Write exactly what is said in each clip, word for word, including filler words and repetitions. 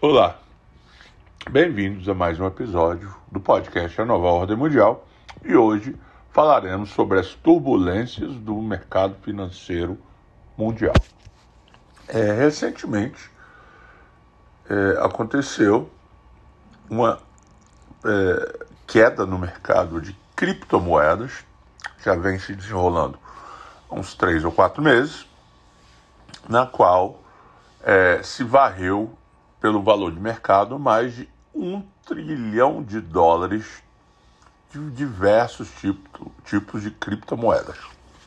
Olá, bem-vindos a mais um episódio do podcast A Nova Ordem Mundial e hoje falaremos sobre as turbulências do mercado financeiro mundial. É, recentemente é, aconteceu uma é, queda no mercado de criptomoedas, já vem se desenrolando há uns três ou quatro meses, na qual é, se varreu pelo valor de mercado mais de um trilhão de dólares de diversos tipo, tipos de criptomoedas.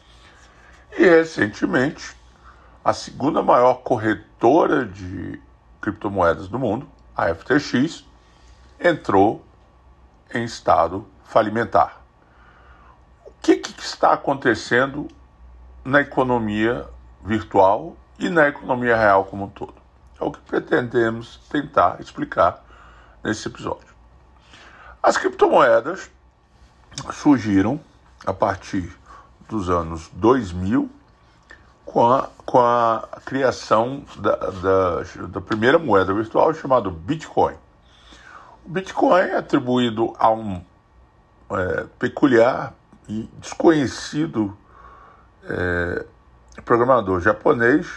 E recentemente, a segunda maior corretora de criptomoedas do mundo, a F T X, entrou em estado falimentar. O que, que está acontecendo na economia virtual e na economia real como um todo? É o que pretendemos tentar explicar nesse episódio. As criptomoedas surgiram a partir dos anos dois mil com a, com a criação da, da, da primeira moeda virtual chamada Bitcoin. O Bitcoin é atribuído a um é, peculiar e desconhecido é, programador japonês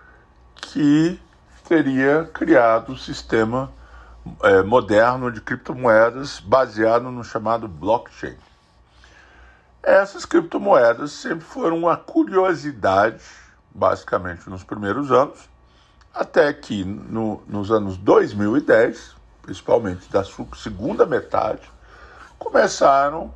que teria criado o sistema é, moderno de criptomoedas baseado no chamado blockchain. Essas criptomoedas sempre foram uma curiosidade, basicamente nos primeiros anos, até que no, nos anos dois mil e dez, principalmente da sua segunda metade, começaram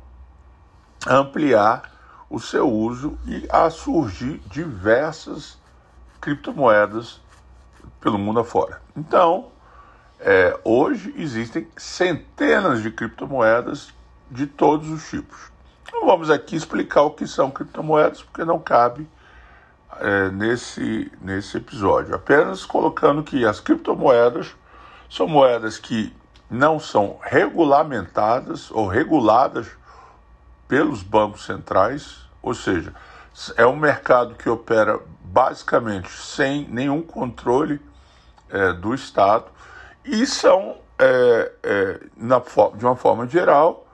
a ampliar o seu uso e a surgir diversas criptomoedas pelo mundo afora. Então, é, hoje existem centenas de criptomoedas de todos os tipos. Não vamos aqui explicar o que são criptomoedas, porque não cabe é, nesse, nesse episódio. Apenas colocando que as criptomoedas são moedas que não são regulamentadas ou reguladas pelos bancos centrais, ou seja, é um mercado que opera basicamente sem nenhum controle é, do Estado e são, é, é, na, de uma forma geral,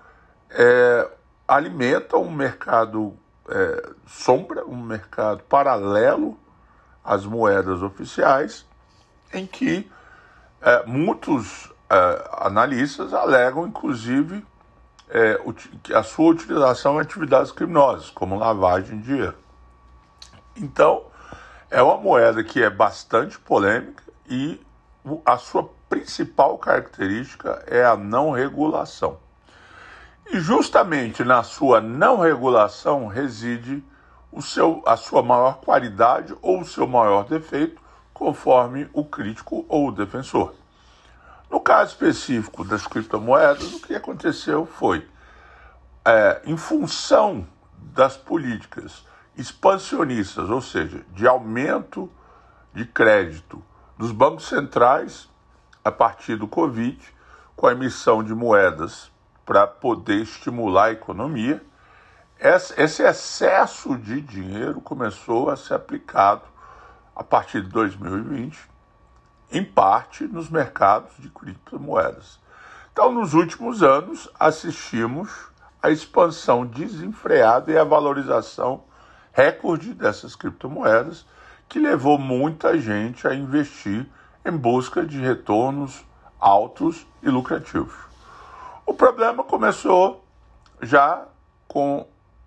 é, alimentam um mercado é, sombra, um mercado paralelo às moedas oficiais, em que é, muitos é, analistas alegam, inclusive, é, a sua utilização em atividades criminosas, como lavagem de dinheiro. Então, é uma moeda que é bastante polêmica e a sua principal característica é a não regulação. E justamente na sua não regulação reside o seu, a sua maior qualidade ou o seu maior defeito, conforme o crítico ou o defensor. No caso específico das criptomoedas, o que aconteceu foi, é, em função das políticas expansionistas, ou seja, de aumento de crédito dos bancos centrais a partir do Covid, com a emissão de moedas para poder estimular a economia, esse excesso de dinheiro começou a ser aplicado a partir de dois mil e vinte, em parte nos mercados de criptomoedas. Então, nos últimos anos, assistimos à expansão desenfreada e à valorização recorde dessas criptomoedas, que levou muita gente a investir em busca de retornos altos e lucrativos. O problema começou já com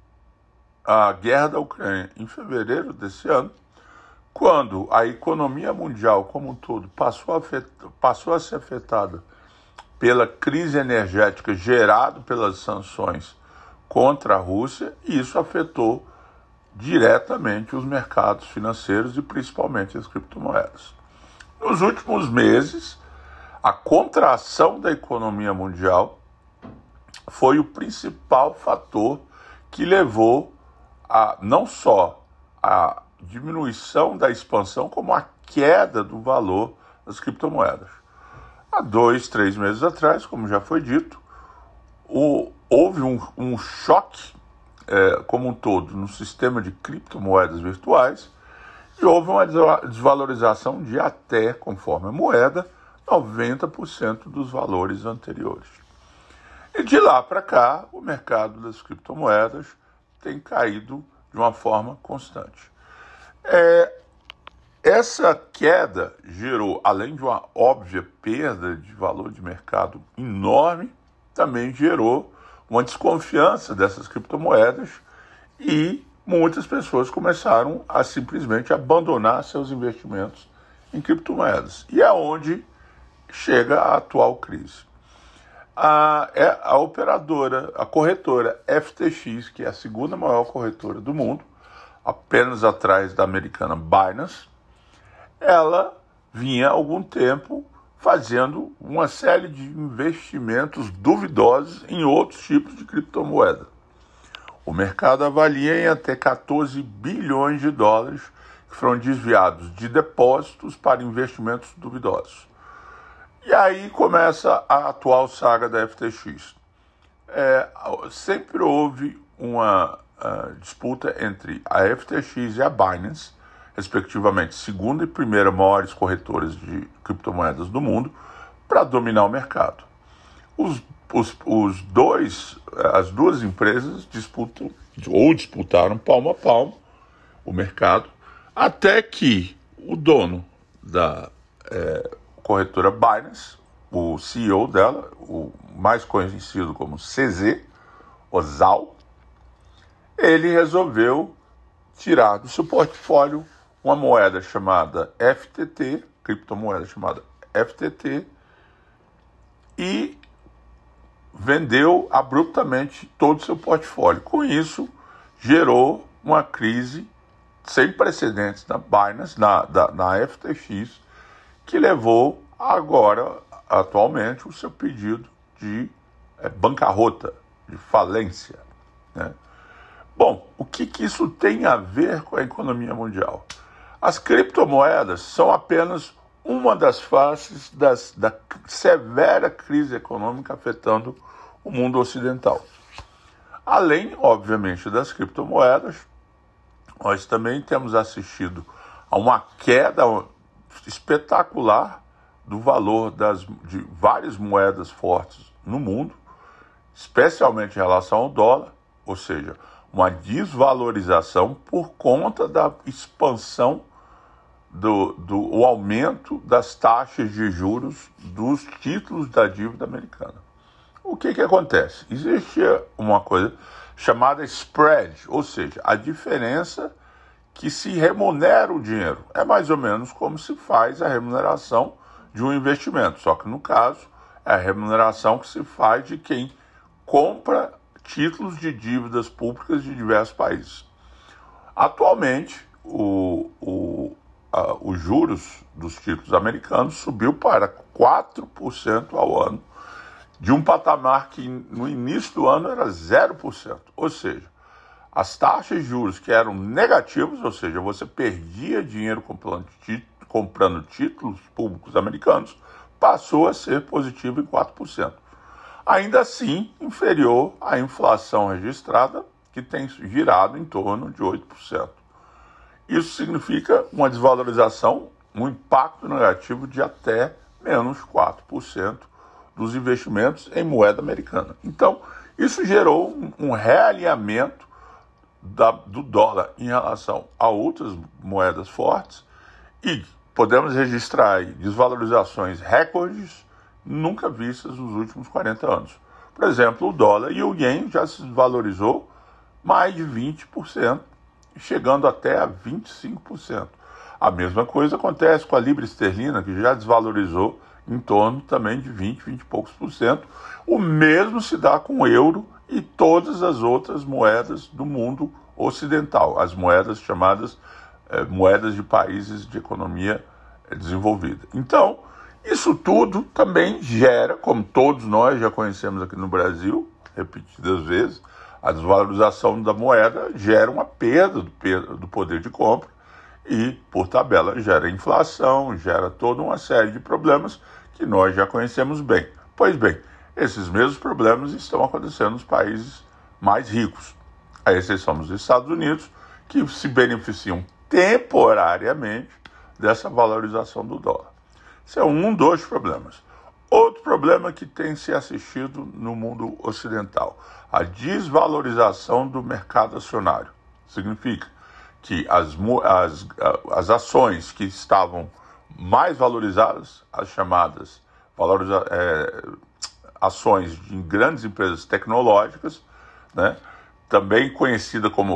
a guerra da Ucrânia em fevereiro desse ano, quando a economia mundial como um todo passou a, afetar, passou a ser afetada pela crise energética gerada pelas sanções contra a Rússia, e isso afetou diretamente os mercados financeiros e principalmente as criptomoedas. Nos últimos meses, a contração da economia mundial foi o principal fator que levou a não só a diminuição da expansão, como a queda do valor das criptomoedas. Há dois, três meses atrás, como já foi dito, o, houve um, um choque é, como um todo no sistema de criptomoedas virtuais e houve uma desvalorização de até, conforme a moeda, noventa por cento dos valores anteriores. E de lá para cá, o mercado das criptomoedas tem caído de uma forma constante. É, essa queda gerou, além de uma óbvia perda de valor de mercado enorme, também gerou uma desconfiança dessas criptomoedas e muitas pessoas começaram a simplesmente abandonar seus investimentos em criptomoedas. E é onde chega a atual crise. A, é a operadora, a corretora F T X, que é a segunda maior corretora do mundo, apenas atrás da americana Binance, ela vinha há algum tempo fazendo uma série de investimentos duvidosos em outros tipos de criptomoeda. O mercado avalia em até quatorze bilhões de dólares que foram desviados de depósitos para investimentos duvidosos. E aí começa a atual saga da F T X. É, sempre houve uma uh, disputa entre a F T X e a Binance, respectivamente segunda e primeira maiores corretoras de criptomoedas do mundo, para dominar o mercado. Os, os, os dois, as duas empresas disputam ou disputaram palmo a palmo o mercado, até que o dono da é, corretora Binance, o C E O dela, o mais conhecido como C Z, Ozal, ele resolveu tirar do seu portfólio uma moeda chamada F T T, criptomoeda chamada F T T, e vendeu abruptamente todo o seu portfólio. Com isso, gerou uma crise sem precedentes na Binance, na, da, na F T X, que levou agora, atualmente, o seu pedido de é, bancarrota, de falência, né? Bom, o que, que isso tem a ver com a economia mundial? As criptomoedas são apenas uma das faces das, da severa crise econômica afetando o mundo ocidental. Além, obviamente, das criptomoedas, nós também temos assistido a uma queda espetacular do valor das, de várias moedas fortes no mundo, especialmente em relação ao dólar, ou seja, uma desvalorização por conta da expansão do, do o aumento das taxas de juros dos títulos da dívida americana. O que que acontece? Existe uma coisa chamada spread, ou seja, a diferença que se remunera o dinheiro. É mais ou menos como se faz a remuneração de um investimento, só que no caso é a remuneração que se faz de quem compra títulos de dívidas públicas de diversos países. Atualmente, o, o, a, os juros dos títulos americanos subiu para quatro por cento ao ano, de um patamar que no início do ano era zero por cento. Ou seja, as taxas de juros que eram negativas, ou seja, você perdia dinheiro comprando, tí, comprando títulos públicos americanos, passou a ser positivo em quatro por cento. Ainda assim, inferior à inflação registrada, que tem girado em torno de oito por cento. Isso significa uma desvalorização, um impacto negativo de até menos quatro por cento dos investimentos em moeda americana. Então, isso gerou um, um realinhamento da, do dólar em relação a outras moedas fortes e podemos registrar aí desvalorizações recordes nunca vistas nos últimos quarenta anos. Por exemplo, o dólar e o ien já se desvalorizou mais de vinte por cento, chegando até a vinte e cinco por cento. A mesma coisa acontece com a libra esterlina, que já desvalorizou em torno também de vinte, vinte e poucos por cento. O mesmo se dá com o euro e todas as outras moedas do mundo ocidental, as moedas chamadas eh, moedas de países de economia eh, desenvolvida. Então, isso tudo também gera, como todos nós já conhecemos aqui no Brasil, repetidas vezes, a desvalorização da moeda gera uma perda do, do poder de compra e, por tabela, gera inflação, gera toda uma série de problemas que nós já conhecemos bem. Pois bem, esses mesmos problemas estão acontecendo nos países mais ricos, a exceção dos Estados Unidos, que se beneficiam temporariamente dessa valorização do dólar. Esse é um dos problemas. Outro problema que tem se assistido no mundo ocidental, a desvalorização do mercado acionário. Significa que as, as, as ações que estavam mais valorizadas, as chamadas valoriza, é, ações de grandes empresas tecnológicas, né, também conhecida como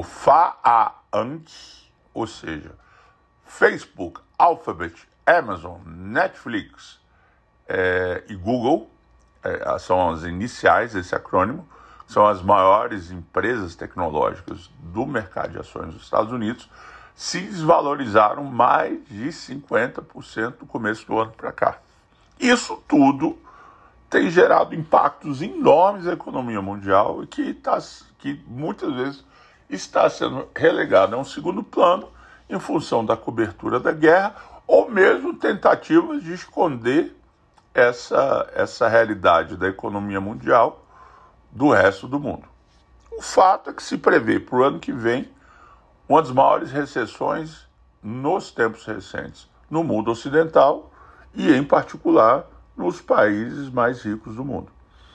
FAANG, ou seja, Facebook, Alphabet, Amazon, Netflix é, e Google, é, são as iniciais desse acrônimo, são as maiores empresas tecnológicas do mercado de ações dos Estados Unidos, se desvalorizaram mais de cinquenta por cento do começo do ano para cá. Isso tudo tem gerado impactos enormes na economia mundial e que, tá, que muitas vezes está sendo relegado a um segundo plano em função da cobertura da guerra ou mesmo tentativas de esconder essa, essa realidade da economia mundial do resto do mundo. O fato é que se prevê para o ano que vem uma das maiores recessões nos tempos recentes no mundo ocidental e, em particular, nos países mais ricos do mundo.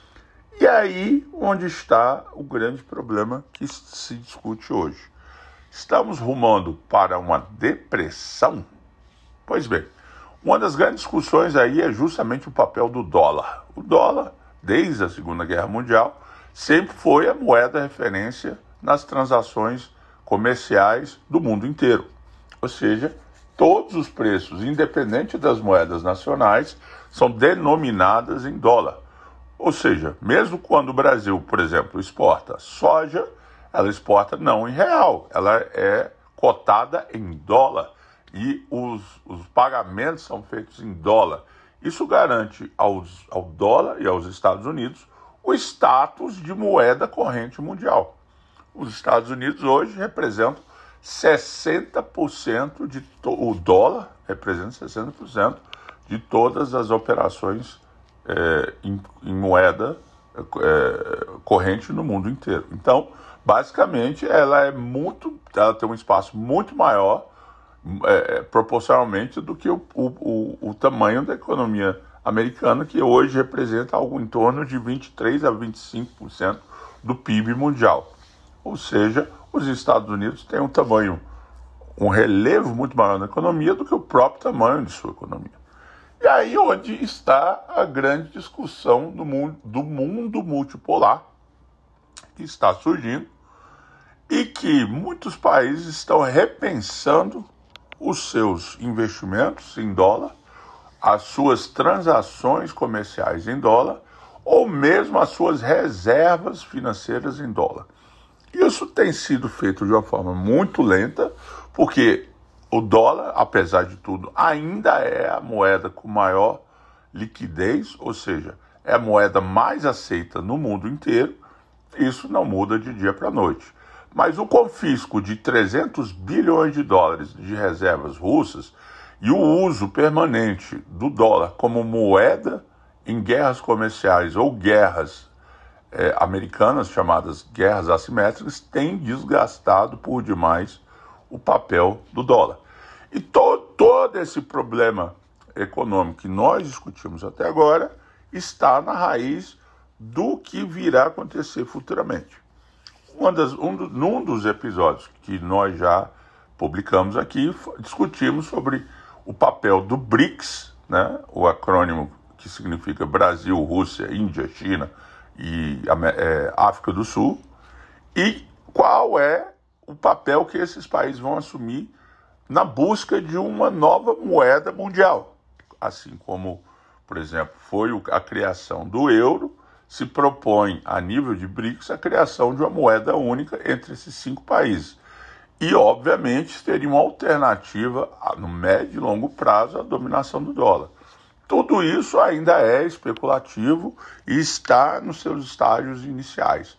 E aí onde está o grande problema que se discute hoje. Estamos rumando para uma depressão? Pois bem, uma das grandes discussões aí é justamente o papel do dólar. O dólar, desde a Segunda Guerra Mundial, sempre foi a moeda referência nas transações comerciais do mundo inteiro. Ou seja, todos os preços, independente das moedas nacionais, são denominadas em dólar. Ou seja, mesmo quando o Brasil, por exemplo, exporta soja, ela exporta não em real, ela é cotada em dólar e os, os pagamentos são feitos em dólar. Isso garante aos, ao dólar e aos Estados Unidos o status de moeda corrente mundial. Os Estados Unidos hoje representam sessenta por cento de to- o dólar representa sessenta por cento de todas as operações é, em, em moeda é, corrente no mundo inteiro. Então, basicamente, ela é muito, ela tem um espaço muito maior é, proporcionalmente do que o, o, o tamanho da economia americana, que hoje representa algo em torno de vinte e três a vinte e cinco por cento do P I B mundial. Ou seja, os Estados Unidos têm um tamanho, um relevo muito maior na economia do que o próprio tamanho de sua economia. E aí onde está a grande discussão do mundo, do mundo multipolar que está surgindo e que muitos países estão repensando os seus investimentos em dólar, as suas transações comerciais em dólar ou mesmo as suas reservas financeiras em dólar. Isso tem sido feito de uma forma muito lenta, porque o dólar, apesar de tudo, ainda é a moeda com maior liquidez, ou seja, é a moeda mais aceita no mundo inteiro. Isso não muda de dia para noite. Mas o confisco de trezentos bilhões de dólares de reservas russas e o uso permanente do dólar como moeda em guerras comerciais ou guerras É, americanas, chamadas guerras assimétricas, têm desgastado por demais o papel do dólar. E to, todo esse problema econômico que nós discutimos até agora está na raiz do que virá acontecer futuramente. Uma das, um do, num dos episódios que nós já publicamos aqui, discutimos sobre o papel do BRICS, né, o acrônimo que significa Brasil, Rússia, Índia, China e é, África do Sul, e qual é o papel que esses países vão assumir na busca de uma nova moeda mundial. Assim como, por exemplo, foi a criação do euro, se propõe a nível de BRICS a criação de uma moeda única entre esses cinco países. E, obviamente, teria uma alternativa no médio e longo prazo à dominação do dólar. Tudo isso ainda é especulativo e está nos seus estágios iniciais,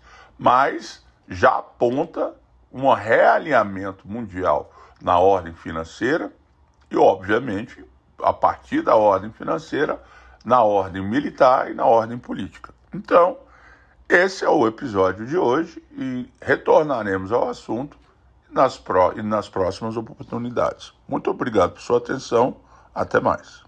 mas já aponta um realinhamento mundial na ordem financeira e, obviamente, a partir da ordem financeira, na ordem militar e na ordem política. Então, esse é o episódio de hoje e retornaremos ao assunto nas, pró- nas próximas oportunidades. Muito obrigado por sua atenção. Até mais.